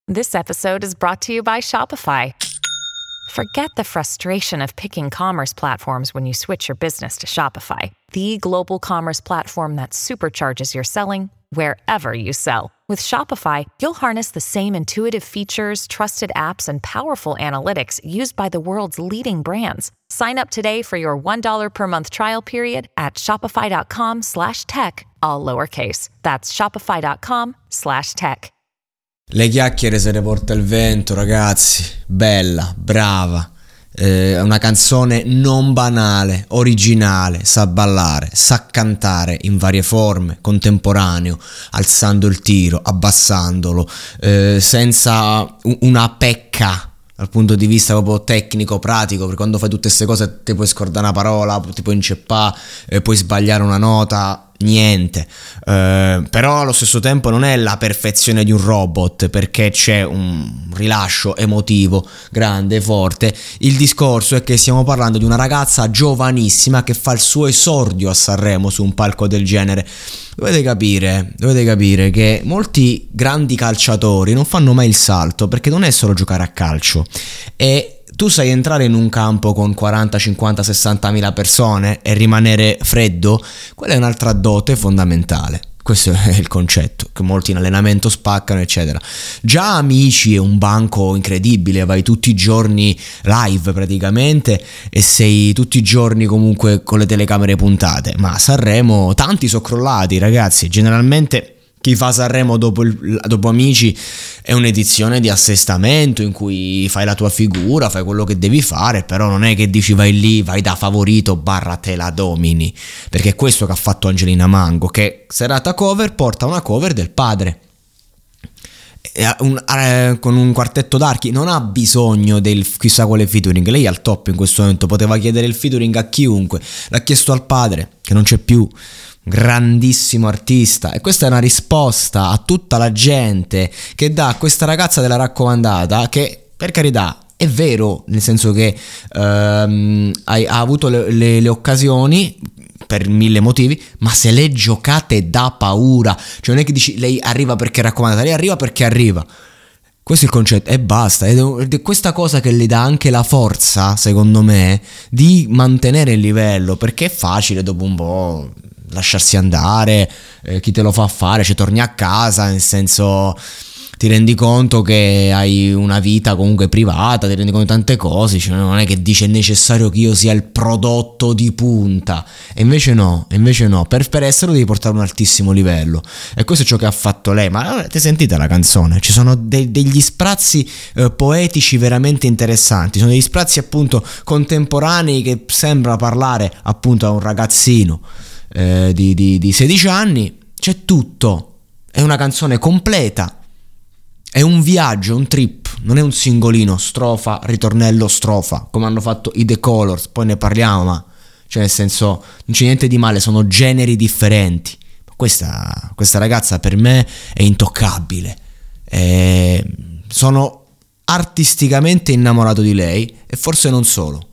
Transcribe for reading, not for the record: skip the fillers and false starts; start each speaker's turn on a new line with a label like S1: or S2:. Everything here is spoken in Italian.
S1: This episode is brought to you by Shopify. Forget the frustration of picking commerce platforms when you switch your business to Shopify, the global commerce platform that supercharges your selling wherever you sell. With Shopify, you'll harness the same intuitive features, trusted apps, and powerful analytics used by the world's leading brands. Sign up today for your $1 per month trial period at shopify.com/tech, all lowercase. That's shopify.com/tech.
S2: Le chiacchiere se le porta il vento, ragazzi. Bella, brava. Una canzone non banale, originale, sa ballare, sa cantare in varie forme, contemporaneo, alzando il tiro, abbassandolo, senza una pecca dal punto di vista proprio tecnico, pratico, perché quando fai tutte queste cose ti puoi scordare una parola, ti puoi inceppare, puoi sbagliare una nota, niente. Però allo stesso tempo non è la perfezione di un robot, perché c'è un rilascio emotivo grande, forte. Il discorso è che stiamo parlando di una ragazza giovanissima che fa il suo esordio a Sanremo su un palco del genere. Dovete capire che molti grandi calciatori non fanno mai il salto, perché non è solo giocare a calcio, e tu sai entrare in un campo con 40, 50, 60 mila persone e rimanere freddo. Quella è un'altra dote fondamentale. Questo è il concetto, che molti in allenamento spaccano, eccetera. Già Amici è un banco incredibile, vai tutti i giorni live praticamente e sei tutti i giorni comunque con le telecamere puntate. Ma a Sanremo tanti sono crollati, ragazzi. Generalmente chi fa Sanremo dopo Amici è un'edizione di assestamento in cui fai la tua figura, fai quello che devi fare, però non è che dici vai lì, vai da favorito / te la domini, perché è questo che ha fatto Angelina Mango, che serata cover porta una cover del padre. Con un quartetto d'archi, non ha bisogno del chissà quale featuring, lei è al top in questo momento, poteva chiedere il featuring a chiunque, l'ha chiesto al padre che non c'è più, grandissimo artista, e questa è una risposta a tutta la gente che dà a questa ragazza della raccomandata, che per carità è vero, nel senso che ha avuto le occasioni per 1000 motivi, ma se le giocate da paura, cioè non è che dici lei arriva perché è raccomandata, lei arriva perché arriva. Questo è il concetto e basta, ed è questa cosa che le dà anche la forza, secondo me, di mantenere il livello, perché è facile dopo un po' lasciarsi andare, chi te lo fa fare, cioè torni a casa, nel senso ti rendi conto che hai una vita comunque privata, ti rendi conto di tante cose, cioè non è che dice è necessario che io sia il prodotto di punta, e invece no, per esserlo devi portare un altissimo livello, e questo è ciò che ha fatto lei. Ma ti sentite la canzone? Ci sono degli sprazzi poetici veramente interessanti, sono degli sprazzi appunto contemporanei che sembra parlare appunto a un ragazzino di 16 anni. C'è tutto, è una canzone completa, è un viaggio, un trip, non è un singolino, strofa, ritornello, strofa, come hanno fatto i The Colors, poi ne parliamo, ma cioè nel senso non c'è niente di male, sono generi differenti. Questa ragazza per me è intoccabile, sono artisticamente innamorato di lei, e forse non solo.